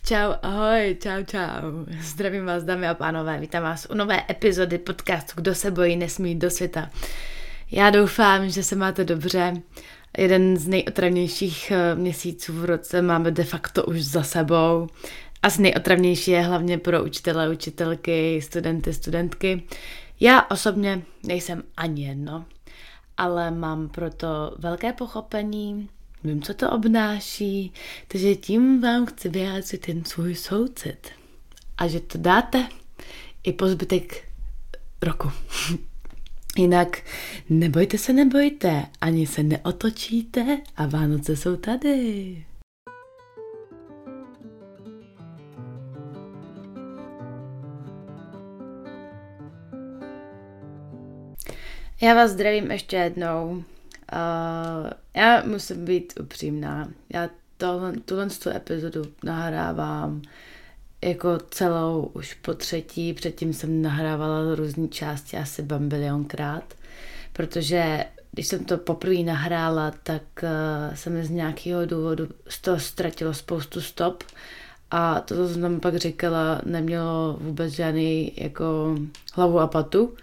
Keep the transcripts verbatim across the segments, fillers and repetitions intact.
Čau, ahoj, čau, čau. Zdravím vás, dámy a pánové, vítám vás u nové epizody podcastu Kdo se bojí, nesmí jít do světa. Já doufám, že se máte dobře. Jeden z nejotravnějších měsíců v roce máme de facto už za sebou. Asi nejotravnější je hlavně pro učitele, učitelky, studenty, studentky. Já osobně nejsem ani jedno, ale mám proto velké pochopení, vím, co to obnáší, takže tím vám chci vyjádřit ten svůj soucit. A že to dáte i po zbytek roku. Jinak nebojte se, nebojte, ani se neotočíte a Vánoce jsou tady. Já vás zdravím ještě jednou. Uh, já musím být upřímná. Já tohle, tuhle tu epizodu nahrávám jako celou už po třetí. Předtím jsem nahrávala různé části asi bambilionkrát, protože když jsem to poprvé nahrála, tak uh, se mi z nějakého důvodu z toho ztratilo spoustu stop a to, co jsem tam pak říkala, nemělo vůbec žádný jako hlavu a patu.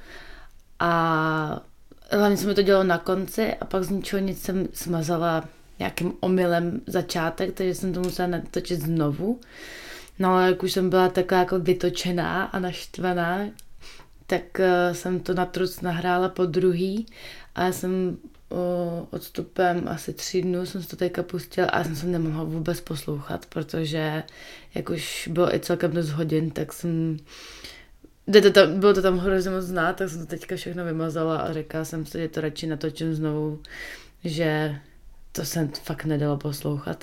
A hlavně se mi to dělalo na konci a pak z ničeho nic jsem smazala nějakým omylem začátek, takže jsem to musela natočit znovu. No ale jak už jsem byla taková jako vytočená a naštvaná, tak uh, jsem to na truc nahrála po druhý a já jsem uh, odstupem asi tři dnů jsem to teďka pustila a já jsem se nemohla vůbec poslouchat, protože jak už bylo i celkem dost hodin, tak jsem To tam, bylo to tam hrozně moc znát, tak jsem to teďka všechno vymazala a řekla jsem si, že to radši natočím znovu, že to se fakt nedalo poslouchat.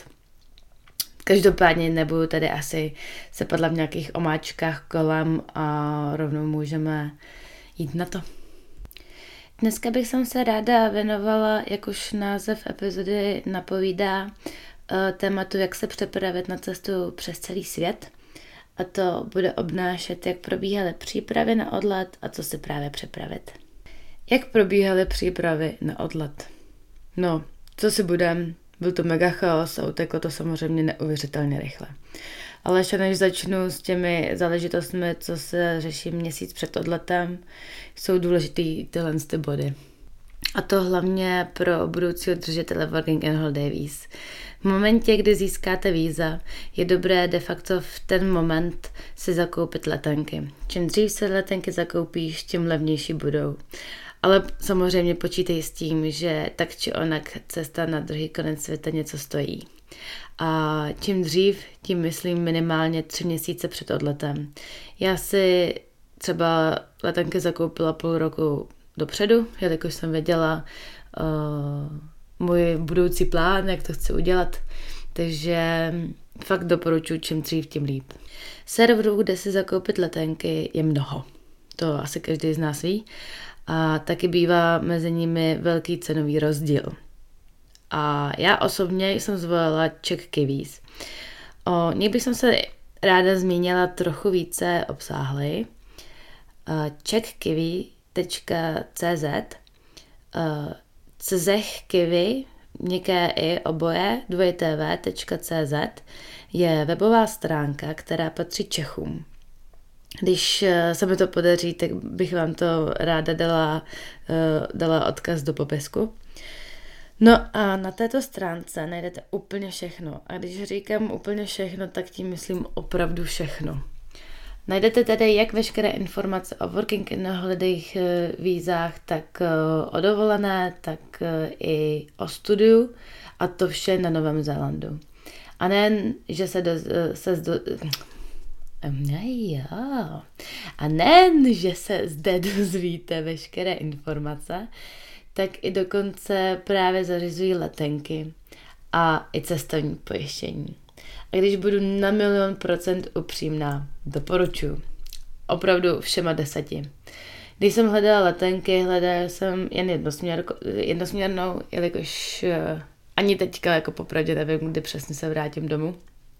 Každopádně nebudu tady asi se padla v nějakých omáčkách kolem a rovnou můžeme jít na to. Dneska bych jsem se ráda věnovala, jak už název epizody napovídá, tématu, jak se přepravit na cestu přes celý svět. A to bude obnášet, jak probíhaly přípravy na odlet a co si právě přepravit. Jak probíhaly přípravy na odlet? No, co si budem, byl to mega chaos a uteklo to samozřejmě neuvěřitelně rychle. Ale ještě než začnu s těmi záležitostmi, co se řeší měsíc před odletem, jsou důležitý tyhle ty body. A to hlavně pro budoucího držitele Working and Holiday Víz. V momentě, kdy získáte víza, je dobré de facto v ten moment si zakoupit letenky. Čím dřív se letenky zakoupíš, tím levnější budou. Ale samozřejmě počítej s tím, že tak či onak cesta na druhý konec světa něco stojí. A čím dřív, tím myslím minimálně tři měsíce před odletem. Já si třeba letenky zakoupila půl roku dopředu, jelikož jsem věděla uh, můj budoucí plán, jak to chci udělat, takže fakt doporučuji, čím dřív, tím líp. Serverů, kde si zakoupit letenky, je mnoho. To asi každý z nás ví. A taky bývá mezi nimi velký cenový rozdíl. A já osobně jsem zvolila CzechKiwis. O nich bych se ráda zmínila trochu více obsáhly. czechkiwi tečka cé zet czechkiwi, měkké i oboje, dvojité tečka cé zet je webová stránka, která patří Čechům. Když se mi to podaří, tak bych vám to ráda dala, dala odkaz do popisku. No a na této stránce najdete úplně všechno. A když říkám úplně všechno, tak tím myslím opravdu všechno. Najdete tedy jak veškeré informace o Working and Holiday vízách, tak o dovolené, tak i o studiu a to vše na Novém Zélandu. A nejen, že se, do, se zdo, jo. A nejen, že se zde dozvíte veškeré informace, tak i dokonce právě zařizují letenky a i cestovní pojištění. A když budu na milion procent upřímná, doporučuji. Opravdu všema deseti. Když jsem hledala letenky, hledala jsem jen jednosměr, jednosměrnou, jelikož uh, ani teďka jako popravdě nevím, kdy přesně se vrátím domů.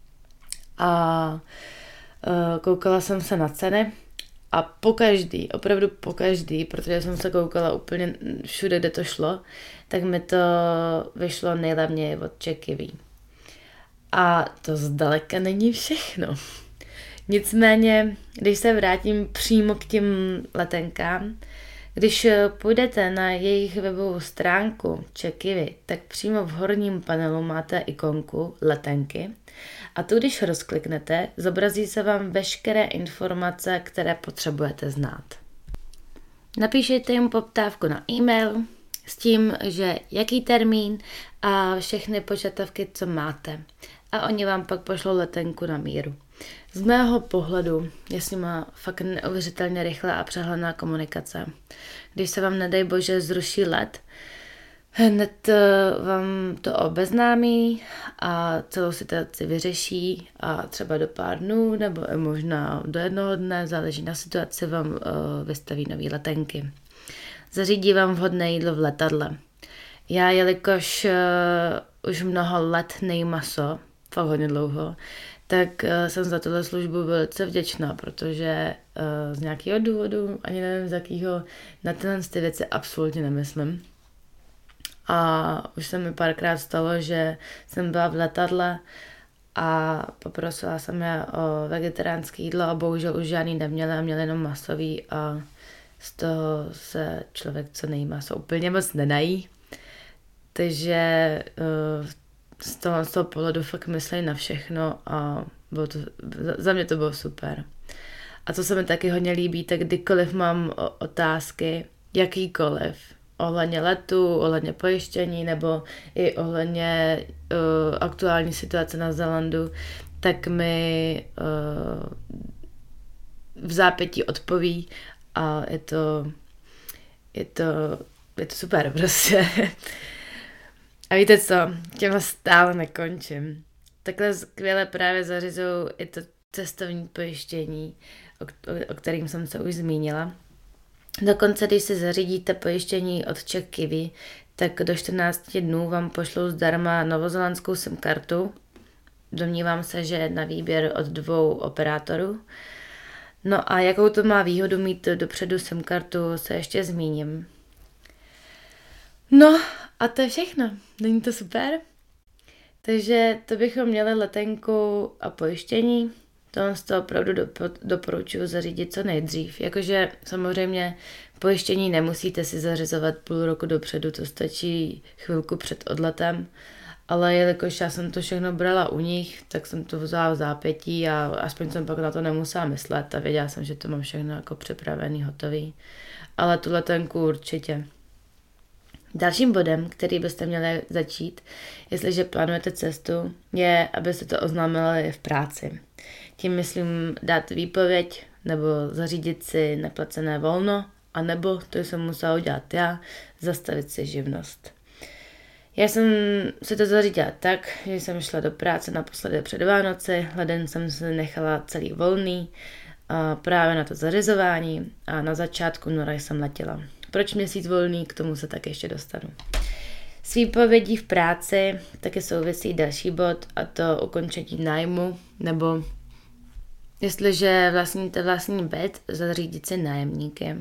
A uh, koukala jsem se na ceny a pokaždý, opravdu pokaždý, protože jsem se koukala úplně všude, kde to šlo, tak mi to vyšlo nejlevněji od CzechKiwi. A to zdaleka není všechno. Nicméně, když se vrátím přímo k těm letenkám, když půjdete na jejich webovou stránku Czech-Kiwi, tak přímo v horním panelu máte ikonku letenky a tu, když rozkliknete, zobrazí se vám veškeré informace, které potřebujete znát. Napíšete jim poptávku na e-mail s tím, že jaký termín a všechny požadavky, co máte. A oni vám pak pošlou letenku na míru. Z mého pohledu je s nima fakt neuvěřitelně rychlá a přehledná komunikace. Když se vám, nedej bože, zruší let, hned vám to obeznámí a celou situaci vyřeší a třeba do pár dnů nebo možná do jednoho dne, záleží na situaci, vám uh, vystaví nový letenky. Zařídí vám vhodné jídlo v letadle. Já, jelikož uh, už mnoho let nejím maso, fakt hodně dlouho, tak uh, jsem za tuhle službu velice vděčná, protože uh, z nějakého důvodu, ani nevím z jakého, na tyhle ty věci absolutně nemyslím. A už se mi párkrát stalo, že jsem byla v letadle a poprosila jsem je o vegetariánské jídlo a bohužel už žádný neměli a měli jenom masový a z toho se člověk, co nejí maso, úplně moc nenají. Takže uh, z toho, z toho pohledu fakt myslí na všechno a bylo to, za mě to bylo super. A co se mi taky hodně líbí, tak kdykoliv mám otázky, jakýkoliv, ohledně letu, ohledně pojištění nebo i ohledně uh, aktuální situace na Zélandu, tak mi uh, v zápětí odpoví a je to, je to, je to super prostě. A víte co, těma stále nekončím. Takhle skvěle právě zařizují i to cestovní pojištění, o, o, o kterým jsem se už zmínila. Dokonce, když si zařídíte pojištění od Czech-Kiwi, tak do čtrnácti dnů vám pošlou zdarma novozélandskou SIM kartu. Domnívám se, že na výběr od dvou operátorů. No a jakou to má výhodu mít dopředu SIM kartu, se ještě zmíním. No a to je všechno. Není to super? Takže to bychom měli letenku a pojištění. To z toho opravdu doporučuji zařídit co nejdřív. Jakože samozřejmě pojištění nemusíte si zařizovat půl roku dopředu, to stačí chvilku před odletem. Ale jelikož já jsem to všechno brala u nich, tak jsem to vzala v zápětí a aspoň jsem pak na to nemusela myslet a věděla jsem, že to mám všechno jako připravený, hotový. Ale tu letenku určitě. Dalším bodem, který byste měli začít, jestliže plánujete cestu, je, abyste to oznámili v práci. Tím myslím dát výpověď nebo zařídit si neplacené volno, anebo, to jsem musela udělat já, zastavit si živnost. Já jsem si to zařídila tak, že jsem šla do práce naposledy před Vánoci, leden jsem se nechala celý volný, a právě na to zařizování a na začátku února jsem letěla. Proč měsíc volný, k tomu se tak ještě dostanu. S výpovědí v práci taky souvisí další bod, a to ukončení nájmu, nebo jestliže vlastníte vlastní byt, zařídit si nájemníky. Uh,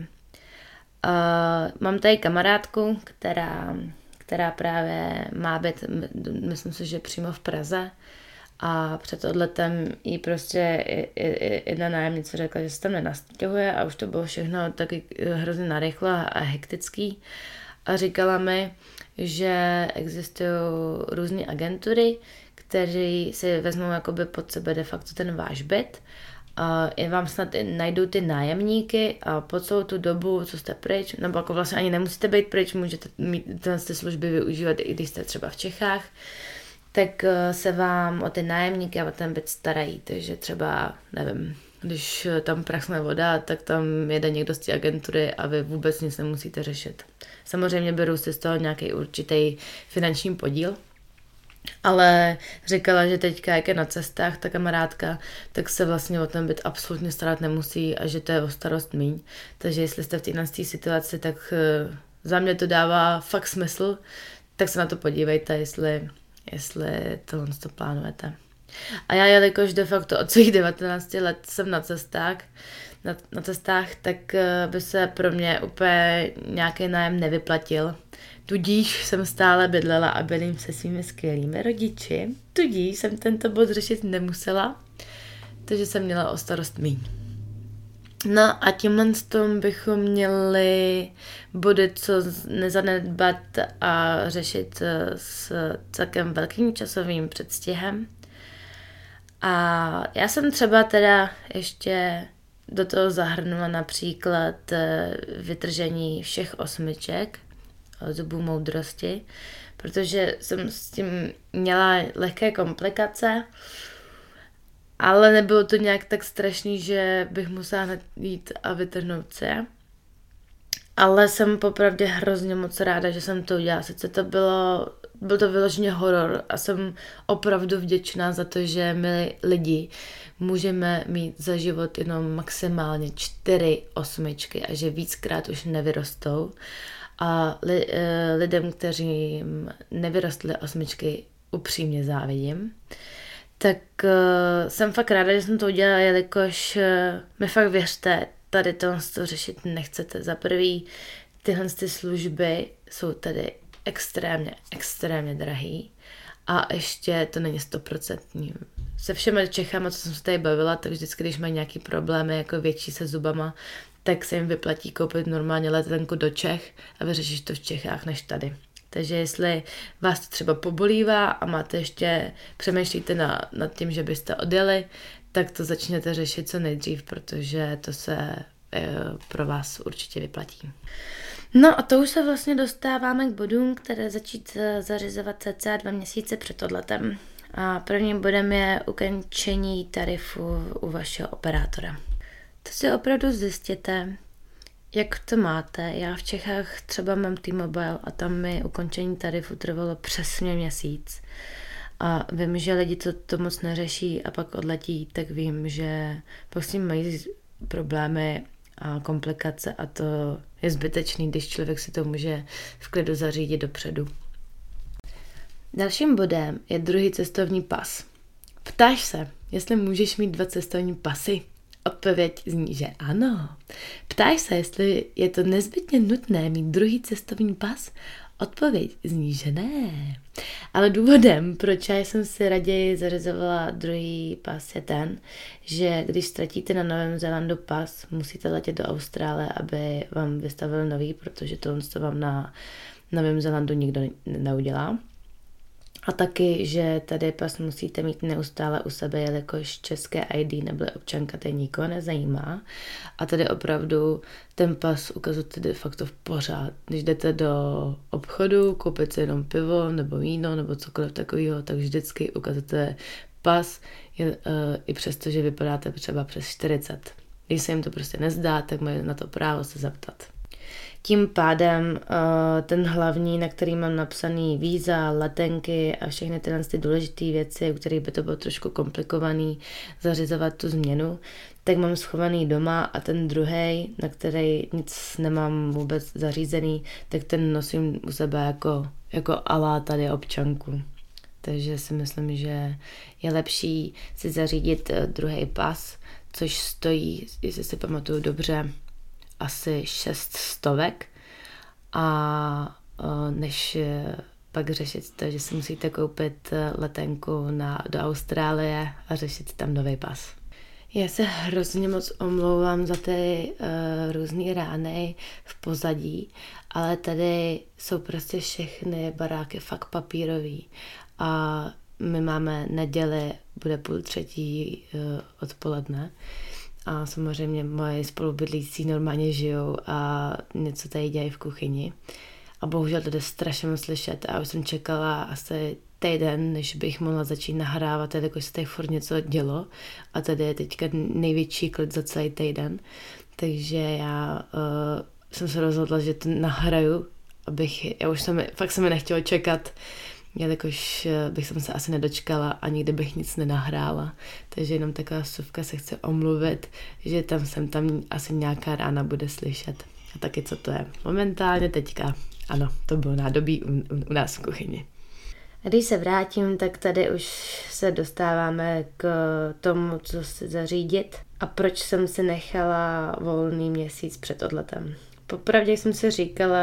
mám tady kamarádku, která, která právě má byt, myslím si, že přímo v Praze, a před odletem jí prostě jedna nájemnice řekla, že se tam nenastěhuje a už to bylo všechno taky hrozně narychlo a hektický. A říkala mi, že existují různé agentury, které si vezmou jakoby pod sebe de facto ten váš byt. A vám snad najdou ty nájemníky a po celou tu dobu, co jste pryč, nebo jako vlastně ani nemusíte být pryč, můžete mít tyhle služby využívat, i když jste třeba v Čechách, tak se vám o ty nájemníky a o ten byt starají. Takže třeba, nevím, když tam prachne voda, tak tam jede někdo z té agentury a vy vůbec nic nemusíte řešit. Samozřejmě berou si z toho nějaký určitý finanční podíl, ale říkala, že teďka, jak je na cestách ta kamarádka, tak se vlastně o ten byt absolutně starat nemusí a že to je o starost míň. Takže jestli jste v téhle situaci, tak za mě to dává fakt smysl, tak se na to podívejte, jestli jestli tohle to plánujete. A já, jelikož de facto od svých devatenácti let jsem na cestách, na, na cestách, tak by se pro mě úplně nějaký nájem nevyplatil. Tudíž jsem stále bydlela a bydlím se svými skvělými rodiči. Tudíž jsem tento bod řešit nemusela, takže jsem měla o starost míň. No a tímhle s tom bychom měli body, co nezanedbat a řešit s celkem velkým časovým předstihem. A já jsem třeba teda ještě do toho zahrnula například vytržení všech osmiček zubů moudrosti, protože jsem s tím měla lehké komplikace, ale nebylo to nějak tak strašný, že bych musela hned jít a vytrhnout si je. Ale jsem popravdě hrozně moc ráda, že jsem to udělala. Sice to bylo, byl to vyloženě horor a jsem opravdu vděčná za to, že my lidi můžeme mít za život jenom maximálně čtyři osmičky a že víckrát už nevyrostou. A li, lidem, kteří nevyrostly osmičky, upřímně závidím. Tak uh, jsem fakt ráda, že jsem to udělala, jelikož uh, mi fakt věřte, tady tohle to řešit nechcete. Za prvý, tyhle ty služby jsou tady extrémně, extrémně drahý a ještě to není stoprocentní. Se všemi Čechama, co jsem se tady bavila, tak vždycky, když mají nějaký problémy, jako větší se zubama, tak se jim vyplatí koupit normálně letenku do Čech a vyřešíš to v Čechách než tady. Takže jestli vás to třeba pobolívá a máte ještě, přemýšlíte na, nad tím, že byste odjeli, tak to začněte řešit co nejdřív, protože to se e, pro vás určitě vyplatí. No a to už se vlastně dostáváme k bodům, které začít zařizovat cca dva měsíce před odletem. A prvním bodem je ukončení tarifu u vašeho operátora. To si opravdu zjistěte, jak to máte. Já v Čechách třeba mám T-Mobile a tam mi ukončení tarifu trvalo přesně měsíc. A vím, že lidi to, to moc neřeší a pak odletí, tak vím, že pak s tím mají problémy a komplikace a to je zbytečný, když člověk si to může v klidu zařídit dopředu. Dalším bodem je druhý cestovní pas. Ptáš se, jestli můžeš mít dva cestovní pasy? Odpověď zní, že ano. Ptáš se, jestli je to nezbytně nutné mít druhý cestovní pas? Odpověď zní, že ne. Ale důvodem, proč já jsem si raději zařizovala druhý pas, je ten, že když ztratíte na Novém Zélandu pas, musíte letět do Austrálie, aby vám vystavil nový, protože to, to vám na Novém Zélandu nikdo neudělá. A taky, že tady pas musíte mít neustále u sebe, jelikož české í dé nebo občanka tady nikoho nezajímá. A tady opravdu ten pas ukazujete de facto v pořád. Když jdete do obchodu, koupit si jenom pivo nebo víno nebo cokoliv takového, tak vždycky ukazujete pas, je, uh, i přesto, že vypadáte třeba přes čtyřicet. Když se jim to prostě nezdá, tak mají na to právo se zeptat. Tím pádem ten hlavní, na který mám napsaný víza, letenky a všechny tyhle ty důležité věci, u kterých by to bylo trošku komplikovaný zařizovat tu změnu, tak mám schovaný doma a ten druhej, na který nic nemám vůbec zařízený, tak ten nosím u sebe jako, jako alá tady občanku. Takže si myslím, že je lepší si zařídit druhý pas, což stojí, jestli si pamatuju dobře, asi šest stovek a než pak řešit to, že si musíte koupit letenku na, do Austrálie a řešit tam nový pas. Já se hrozně moc omlouvám za ty uh, různé rány v pozadí, ale tady jsou prostě všechny baráky fakt papírový a my máme neděli, bude půl třetí uh, odpoledne. A samozřejmě moje spolubydlící normálně žijou a něco tady dělají v kuchyni. A bohužel to jde strašně moc slyšet. A už jsem čekala asi týden, než bych mohla začít nahrávat, jelikož se tady furt něco dělo. A tady je teďka největší klid za celý týden. Takže já uh, jsem se rozhodla, že to nahraju, abych, já už jsem, fakt se mi nechtěla čekat, jelikož bych jsem se asi nedočkala a nikdy bych nic nenahrála. Takže jenom taková vsuvka, se chce omluvit, že tam jsem tam asi nějaká rána bude slyšet. A taky co to je. Momentálně teďka, ano, to bylo nádobí u, u, u nás v kuchyni. Když se vrátím, tak tady už se dostáváme k tomu, co si zařídit a proč jsem si nechala volný měsíc před odletem. Popravdě jsem si říkala,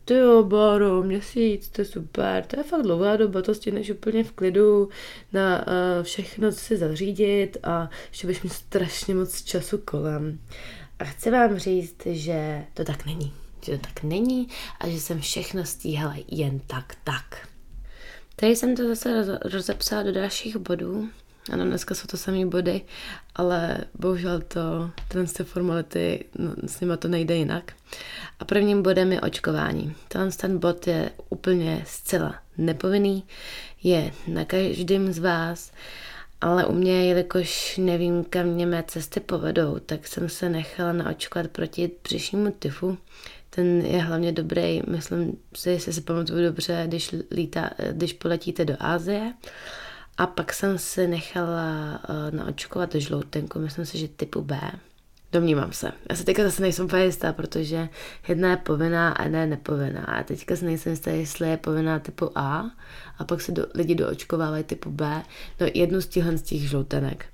ty jo, Báro, měsíc, to je super, to je fakt dlouhá doba, to stihneš úplně v klidu na uh, všechno si zařídit a ještě budeš mít strašně moc času kolem. A chci vám říct, že to tak není. Že to tak není a že jsem všechno stíhala jen tak tak. Tady jsem to zase roz- rozepsala do dalších bodů. Ano, dneska jsou to samé body, ale bohužel to, tyhle ty formality, no, s nima to nejde jinak. A prvním bodem je očkování. Tenhle ten bod je úplně zcela nepovinný, je na každém z vás, ale u mě, jelikož nevím, kam mě mé cesty povedou, tak jsem se nechala naočkovat proti břišnímu tyfu. Ten je hlavně dobrý, myslím si, jestli si pamatuju dobře, když, lítá, když poletíte do Asie. A pak jsem si nechala uh, naočkovat žloutenku, myslím si, že typu B. Domnívám se. Já se teďka zase nejsem úplně jistá, protože jedna je povinná a jedna je nepovinná. A teďka se nejsem jistá, jestli je povinná typu A a pak se do, lidi doočkovávají typu B. No jednu z těchhle z těch žloutenek.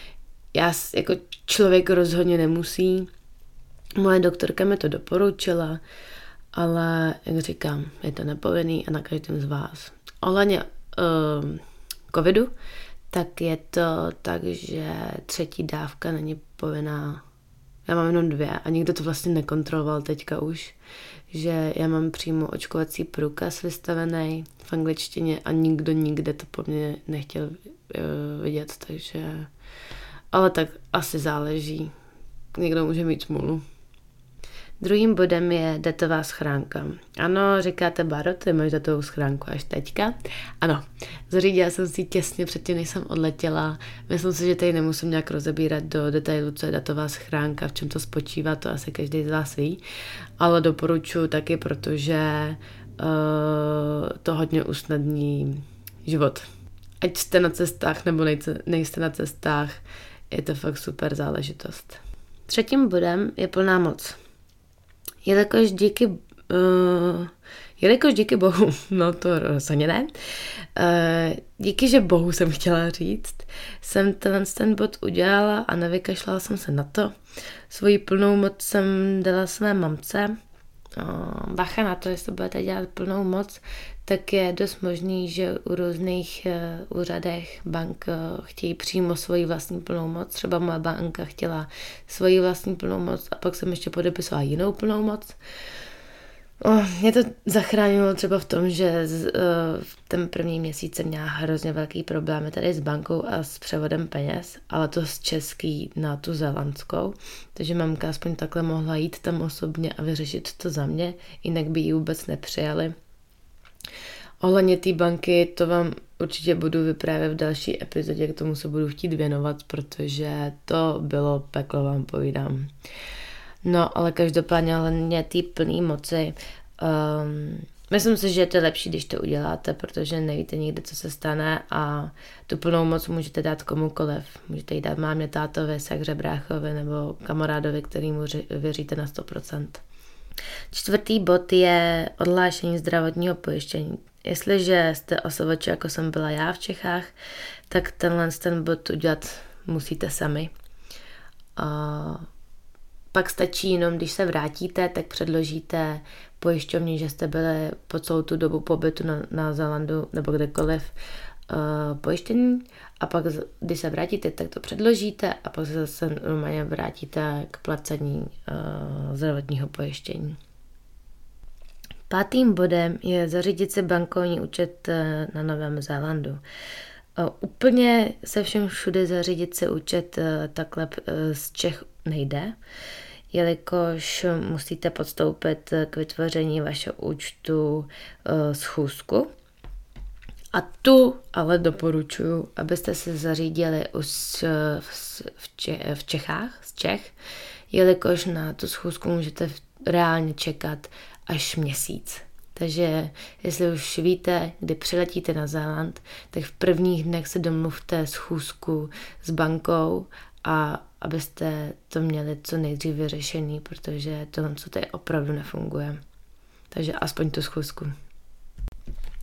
Já jako člověk rozhodně nemusí. Moje doktorka mi to doporučila, ale jak říkám, je to nepovinný a na každém z vás. Ohledně uh, covidu, tak je to tak, že třetí dávka není povinná. Já mám jenom dvě a nikdo to vlastně nekontroloval teďka už, že já mám přímo očkovací průkaz vystavený v angličtině a nikdo nikde to po mně nechtěl uh, vidět, takže ale tak asi záleží. Někdo může mít smůlu. Druhým bodem je datová schránka. Ano, říkáte, Báro, ty máš datovou schránku až teďka. Ano, zařídila jsem si těsně předtím, než jsem odletěla. Myslím si, že tady nemusím nějak rozebírat do detailu, co je datová schránka, v čem to spočívá, to asi každý z vás ví. Ale doporučuji taky, protože uh, to hodně usnadní život. Ať jste na cestách nebo nejste, nejste na cestách, je to fakt super záležitost. Třetím bodem je plná moc. Jelikož díky, uh, jelikož díky Bohu, no to rozhodně ne, uh, díky, že Bohu jsem chtěla říct, jsem ten, ten bod udělala a nevykašlala jsem se na to. Svoji plnou moc jsem dala své mamce. Uh, bacha na to, jestli budete dělat plnou moc, tak je dost možný, že u různých uh, úřadech bank uh, chtějí přímo svoji vlastní plnou moc. Třeba moje banka chtěla svoji vlastní plnou moc a pak jsem ještě podepisovala jinou plnou moc. Oh, mě to zachránilo třeba v tom, že z, uh, v ten první měsíc jsem měla hrozně velký problémy tady s bankou a s převodem peněz, ale to z český na tu zelandskou, takže mamka aspoň takhle mohla jít tam osobně a vyřešit to za mě, jinak by ji vůbec nepřijali. Ohledně té banky, to vám určitě budu vyprávět v další epizodě, k tomu se budu chtít věnovat, protože to bylo peklo, vám povídám. No, ale každopádně hlavně té plné moci. Um, myslím si, že je to lepší, když to uděláte, protože nevíte nikdy, co se stane a tu plnou moc můžete dát komukoliv. Můžete jí dát mámě, tátovi, sekře, bráchovi nebo kamarádovi, kterýmu věříte na sto procent. Čtvrtý bod je odhlášení zdravotního pojištění. Jestliže jste osovači, jako jsem byla já v Čechách, tak tenhle ten bod udělat musíte sami. A pak stačí jenom, když se vrátíte, tak předložíte pojišťovně, že jste byli po celou tu dobu pobytu na, na Zélandu nebo kdekoliv uh, pojištění a pak, když se vrátíte, tak to předložíte a pak se zase normálně vrátíte k placení uh, zdravotního pojištění. Pátým bodem je zařídit si bankovní účet uh, na Novém Zélandu. Uh, úplně se všem všude zařídit si účet uh, takhle uh, z Čech nejde, jelikož musíte podstoupit k vytvoření vašeho účtu uh, schůzku. A tu ale doporučuji, abyste se zařídili už v, Če- v Čechách, z Čech, jelikož na tu schůzku můžete reálně čekat až měsíc. Takže jestli už víte, kdy přiletíte na Zéland, tak v prvních dnech se domluvte schůzku s bankou a abyste to měli co nejdřív vyřešený, protože tohle, co tady opravdu nefunguje. Takže aspoň tu schůzku.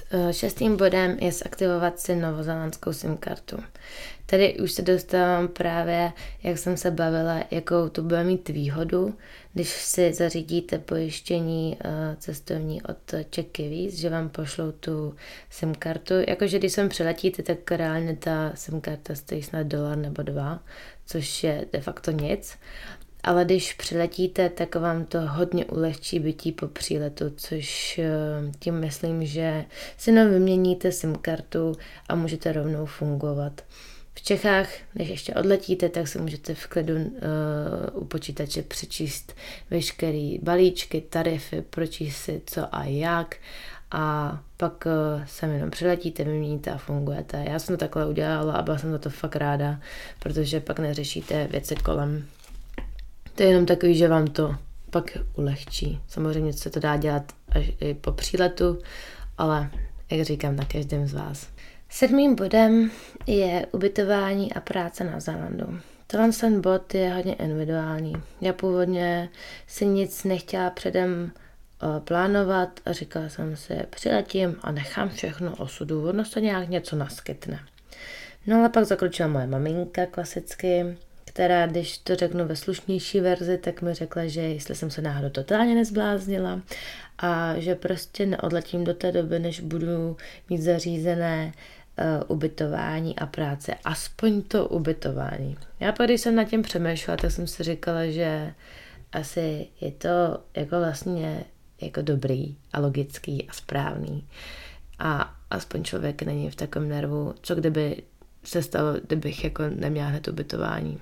Šestým bodem je zaktivovat si novozélandskou SIM kartu. Tady už se dostávám právě, jak jsem se bavila, jakou to bude mít výhodu, když si zařídíte pojištění cestovní od Czech Kiwis, že vám pošlou tu SIM kartu. Jakože když sem přiletíte, tak reálně ta SIM karta stojí snad dolar nebo dva, což je de facto nic. Ale když přiletíte, tak vám to hodně ulehčí bytí po příletu, což tím myslím, že si jenom vyměníte SIM kartu a můžete rovnou fungovat. V Čechách, než ještě odletíte, tak si můžete v klidu uh, u počítače přečíst veškeré balíčky, tarify, pročíst si co a jak a pak uh, sem jenom přiletíte, vyměníte a fungujete. Já jsem to takhle udělala a byla jsem za to fakt ráda, protože pak neřešíte věci kolem. To je jenom takový, že vám to pak ulehčí. Samozřejmě se to dá dělat až i po příletu, ale jak říkám, na každém z vás. Sedmým bodem je ubytování a práce na Zélandu. Tohle ten bod je hodně individuální. Já původně si nic nechtěla předem uh, plánovat a říkala jsem si, přiletím a nechám všechno osudu, ono se nějak něco naskytne. No ale pak zakročila moje maminka klasicky, která, když to řeknu ve slušnější verzi, tak mi řekla, že jestli jsem se náhodou totálně nezbláznila a že prostě neodletím do té doby, než budu mít zařízené uh, ubytování a práce. Aspoň to ubytování. Já pak, když jsem nad tím přemýšlela, tak jsem si říkala, že asi je to jako vlastně jako dobrý a logický a správný. A aspoň člověk není v takovém nervu, co kdyby se stalo, kdybych jako neměla hned ubytování.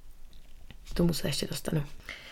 K tomu se ještě dostanu.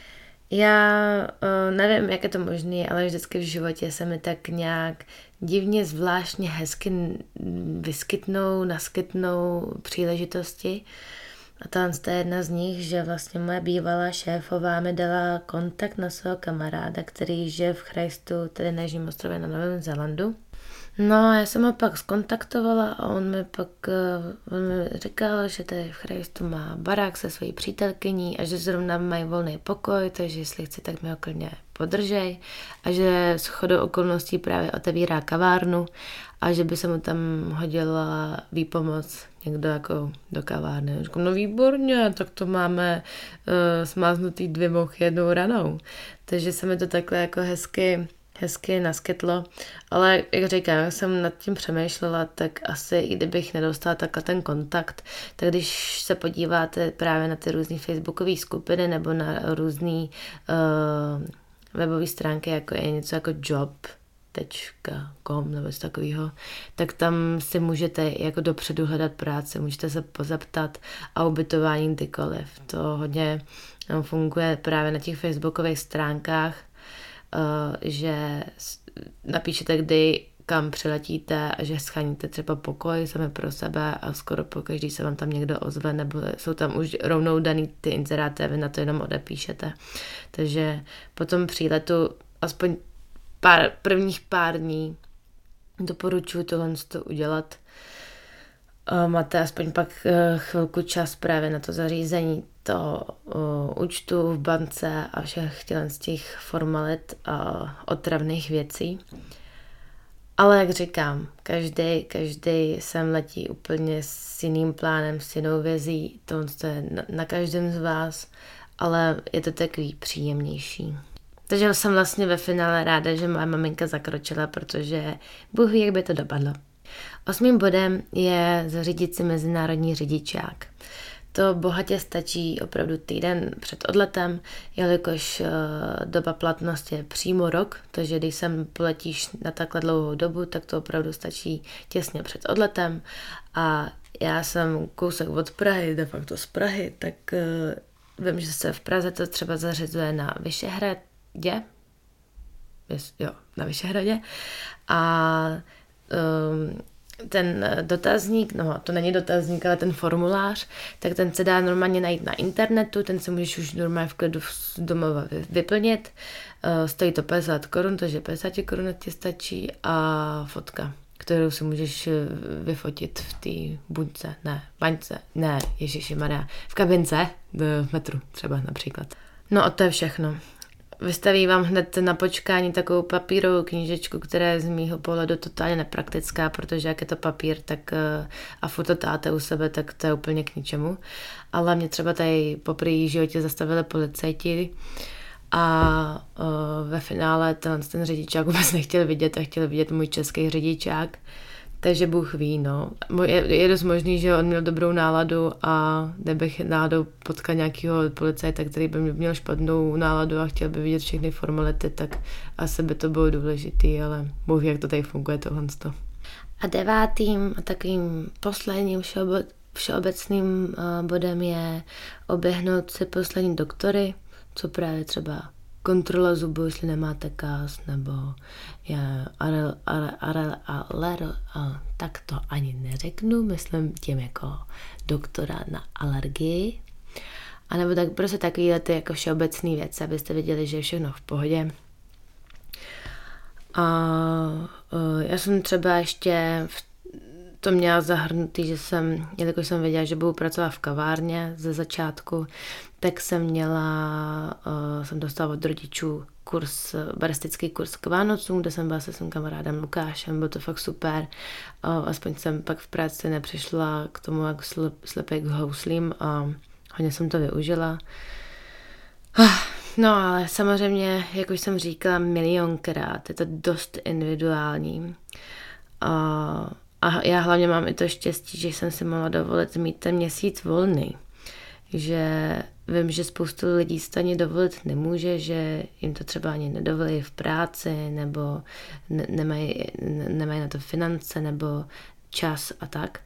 Já uh, nevím, jak je to možné, ale vždycky v životě se mi tak nějak divně, zvláštně hezky vyskytnou, naskytnou příležitosti. A tohle je jedna z nich, že vlastně moje bývalá šéfová mi dala kontakt na svého kamaráda, který žije v Christu, tedy na Jižním ostrově na Novém Zélandu. No, já jsem ho pak skontaktovala a on mi pak on mi říkal, že tady v Christu má barák se svojí přítelkyní a že zrovna mají volný pokoj, takže jestli chci, tak mi ho klidně podržej a že shodou okolností právě otevírá kavárnu a že by se mu tam hodila výpomoc někdo jako do kavárny. Říkám, no výborně, tak to máme uh, smáznutý dvě mouchy jednou ranou. Takže se mi to takhle jako hezky hezky naskytlo, ale jak říkám, jak jsem nad tím přemýšlela, tak asi i kdybych nedostala takhle ten kontakt, tak když se podíváte právě na ty různé facebookové skupiny nebo na různé uh, webové stránky, jako je něco jako job tečka com nebo něco takového, tak tam si můžete jako dopředu hledat práci, můžete se pozeptat a ubytování kdykoliv. To hodně funguje právě na těch facebookových stránkách, Uh, že napíšete, kdy kam přiletíte a že sháníte třeba pokoj sami pro sebe a skoro po každý se vám tam někdo ozve, nebo jsou tam už rovnou daný ty inzeráty a vy na to jenom odepíšete. Takže po tom příletu aspoň pár, prvních pár dní doporučuji tohle to udělat. Uh, máte aspoň pak uh, chvilku čas právě na to zařízení toho uh, účtu v bance a všech z těch formalit a otravných věcí. Ale jak říkám, každý, každý sem letí úplně s jiným plánem, s jinou vězí, to je na, na každém z vás, ale je to takový příjemnější. Takže jsem vlastně ve finále ráda, že moje maminka zakročila, protože Bůh ví, jak by to dopadlo. Osmým bodem je zařídit si mezinárodní řidičák. To bohatě stačí opravdu týden před odletem, jelikož doba platnosti je přímo rok, takže když sem poletíš na takhle dlouhou dobu, tak to opravdu stačí těsně před odletem. A já jsem kousek od Prahy, de facto z Prahy, tak vím, že se v Praze to třeba zařizuje na Vyšehradě, jo, na Vyšehradě a um, ten dotazník, no to není dotazník, ale ten formulář, tak ten se dá normálně najít na internetu, ten si můžeš už normálně v klidu z domova vyplnit. Stojí to padesát korun, takže padesát korun ti stačí a fotka, kterou si můžeš vyfotit v té buňce, ne, baňce, ne, ježišimarja, v kabince, v metru třeba například. No a to je všechno. vystaví vám hned na počkání takovou papírovou knížečku, která je z mýho pohledu totálně nepraktická, protože jak je to papír, tak a furt to táte u sebe, tak to je úplně k ničemu. Ale mě třeba tady poprvé v životě zastavili policajti a uh, ve finále ten, ten řidičák vůbec nechtěl vidět a chtěl vidět můj český řidičák. Takže Bůh ví, no. Je, je dost možný, že on měl dobrou náladu a kdybych náhodou potkal nějakého policajta, který by měl špatnou náladu a chtěl by vidět všechny formality, tak asi by to bylo důležitý, ale Bůh ví, jak to tady funguje tohle. A devátým a takovým posledním všeobe, všeobecným uh, bodem je oběhnout si poslední doktory, co právě třeba kontrola zubu, jestli nemáte kás, nebo je arel, arel, arel, arel, a tak to ani neřeknu, myslím tím jako doktora na alergii. A nebo tak prostě takovýhle ty jako všeobecný věci, abyste viděli, že je všechno v pohodě. A uh, já jsem třeba ještě v to měla zahrnutý, že jsem, jelikož jsem věděla, že budu pracovat v kavárně ze začátku, tak jsem měla, uh, jsem dostala od rodičů kurz, baristický kurz k Vánocům, kde jsem byla se svým kamarádem Lukášem, bylo to fakt super. Uh, aspoň jsem pak v práci nepřišla k tomu, jak slepej k houslím a hodně jsem to využila. Uh, no ale samozřejmě, jak už jsem říkala milionkrát, je to dost individuální. Uh, A já hlavně mám i to štěstí, že jsem si mohla dovolit mít ten měsíc volný. Že vím, že spoustu lidí si to ani dovolit nemůže, že jim to třeba ani nedovolí v práci, nebo ne- nemají, ne- nemají na to finance, nebo čas a tak.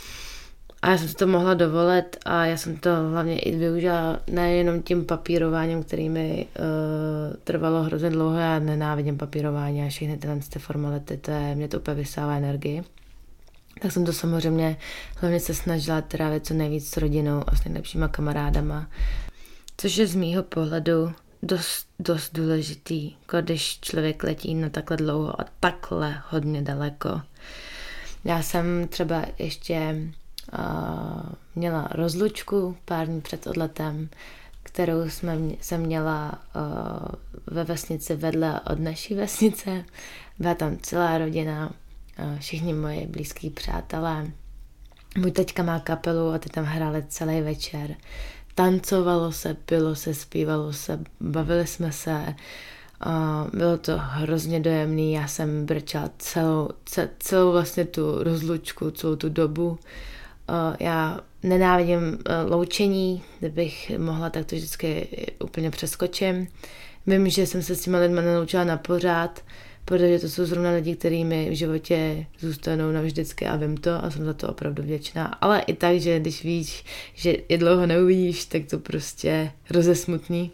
A já jsem si to mohla dovolit a já jsem to hlavně i využila nejenom tím papírováním, který mi uh, trvalo hrozně dlouho. Já nenávidím papírování a všechny tyhle formality, to je, mě to úplně vysává energii. Tak jsem to samozřejmě hlavně se snažila trávit co nejvíc s rodinou a s nejlepšíma kamarádama, což je z mýho pohledu dost, dost důležitý, když člověk letí na takhle dlouho a takhle hodně daleko. Já jsem třeba ještě uh, měla rozlučku pár dní před odletem, kterou jsme, jsem měla uh, ve vesnici vedle od naší vesnice. Byla tam celá rodina, všichni moje blízký přátelé. Můj teďka má kapelu a ty tam hráli celý večer. Tancovalo se, pilo se, zpívalo se, bavili jsme se. Bylo to hrozně dojemný, já jsem brčela celou, celou vlastně tu rozlučku, celou tu dobu. Já nenávidím loučení, kdybych mohla, tak to vždycky úplně přeskočím. Vím, že jsem se s těma lidma neloučila na pořád, protože to jsou zrovna lidi, kteří mi v životě zůstanou navždycky a vím to a jsem za to opravdu vděčná. Ale i tak, že když víš, že je dlouho neuvidíš, tak to prostě rozesmutní.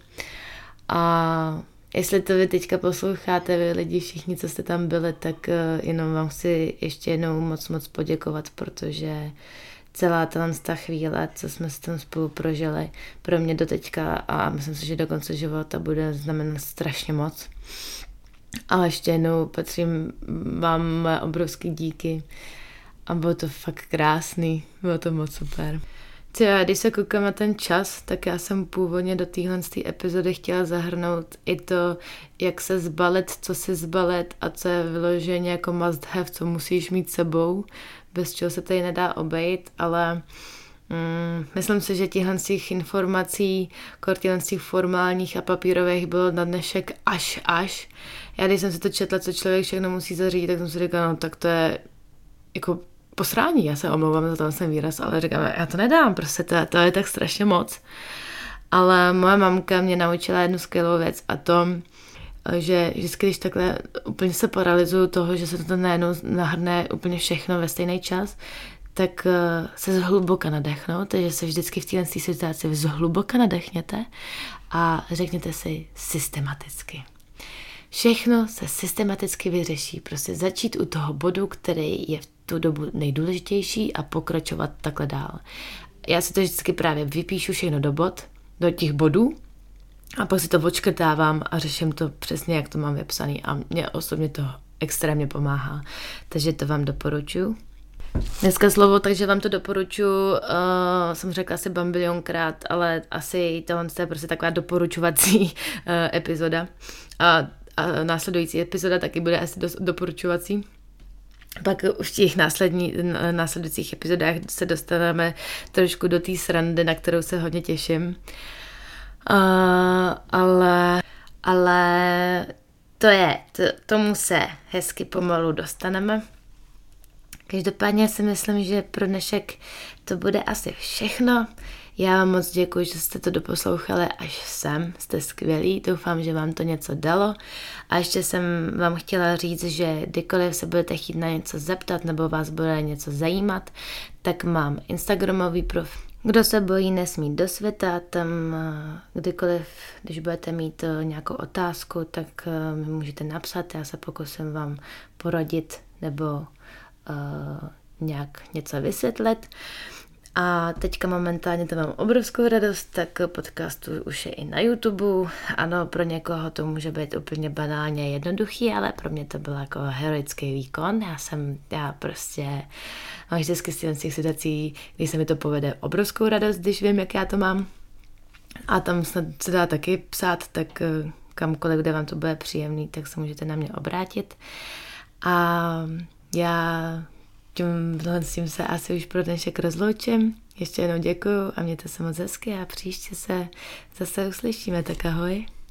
A jestli to vy teďka posloucháte, vy lidi všichni, co jste tam byli, tak jenom vám chci ještě jednou moc moc poděkovat, protože celá ta chvíle, co jsme s tím spolu prožili, pro mě doteďka a myslím si, že do konce života bude znamenat strašně moc. A ještě jednou patřím vám moje obrovský díky a bylo to fakt krásný, bylo to moc super. Třeba, když se koukám na ten čas, tak já jsem původně do téhle epizody chtěla zahrnout i to, jak se zbalit, co si zbalit a co je vyloženě jako must have, co musíš mít sebou, bez čeho se tady nedá obejít, ale mm, myslím si, že těchhle informací, těchhle formálních a papírových bylo na dnešek až až. Já když jsem si to četla, co člověk všechno musí zařídit, tak jsem si říkala, no tak to je jako posrání, já se omlouvám za ten výraz, ale říkám, já to nedám, prostě to, to je tak strašně moc. Ale moje mamka mě naučila jednu skvělou věc a to, že vždycky, když takhle úplně se paralyzuju toho, že se to najednou nahrne úplně všechno ve stejný čas, tak se zhluboka nadechnout, takže se vždycky v této situaci zhluboka nadechněte a řekněte si systematicky. Všechno se systematicky vyřeší, prostě začít u toho bodu, který je v tu dobu nejdůležitější a pokračovat takhle dál. Já si to vždycky právě vypíšu všechno do bod, do těch bodů a pak si to odškrtávám a řeším to přesně, jak to mám vypsaný a mě osobně to extrémně pomáhá. Takže to vám doporučuji. Dneska slovo, takže vám to doporučuji, uh, jsem řekla asi bambilionkrát, ale asi tohle je prostě taková doporučovací uh, epizoda. A, a následující epizoda taky bude asi do, doporučovací. Pak už v těch následní, následujících epizodách se dostaneme trošku do té srandy, na kterou se hodně těším. Uh, ale, ale to je, to, tomu se hezky pomalu dostaneme. Každopádně si myslím, že pro dnešek to bude asi všechno. Já vám moc děkuji, že jste to doposlouchali až sem. Jste skvělí, doufám, že vám to něco dalo. A ještě jsem vám chtěla říct, že kdykoliv se budete chtít na něco zeptat nebo vás bude něco zajímat, tak mám Instagramový profil. Kdo se bojí, nesmí do světa, tam kdykoliv, když budete mít nějakou otázku, tak mi můžete napsat, já se pokusím vám poradit nebo uh, nějak něco vysvětlit. A teďka momentálně to mám obrovskou radost, tak podcastu už je i na YouTube. Ano, pro někoho to může být úplně banálně jednoduchý, ale pro mě to byl jako heroický výkon. Já jsem, já prostě mám vždycky z těch situací, když se mi to povede, obrovskou radost, když vím, jak já to mám. A tam snad se dá taky psát, tak kamkoliv, kde vám to bude příjemný, tak se můžete na mě obrátit. A já tím, s tím se asi už pro dnešek rozloučím. Ještě jednou děkuju a mějte se moc hezky a příště se zase uslyšíme, tak ahoj.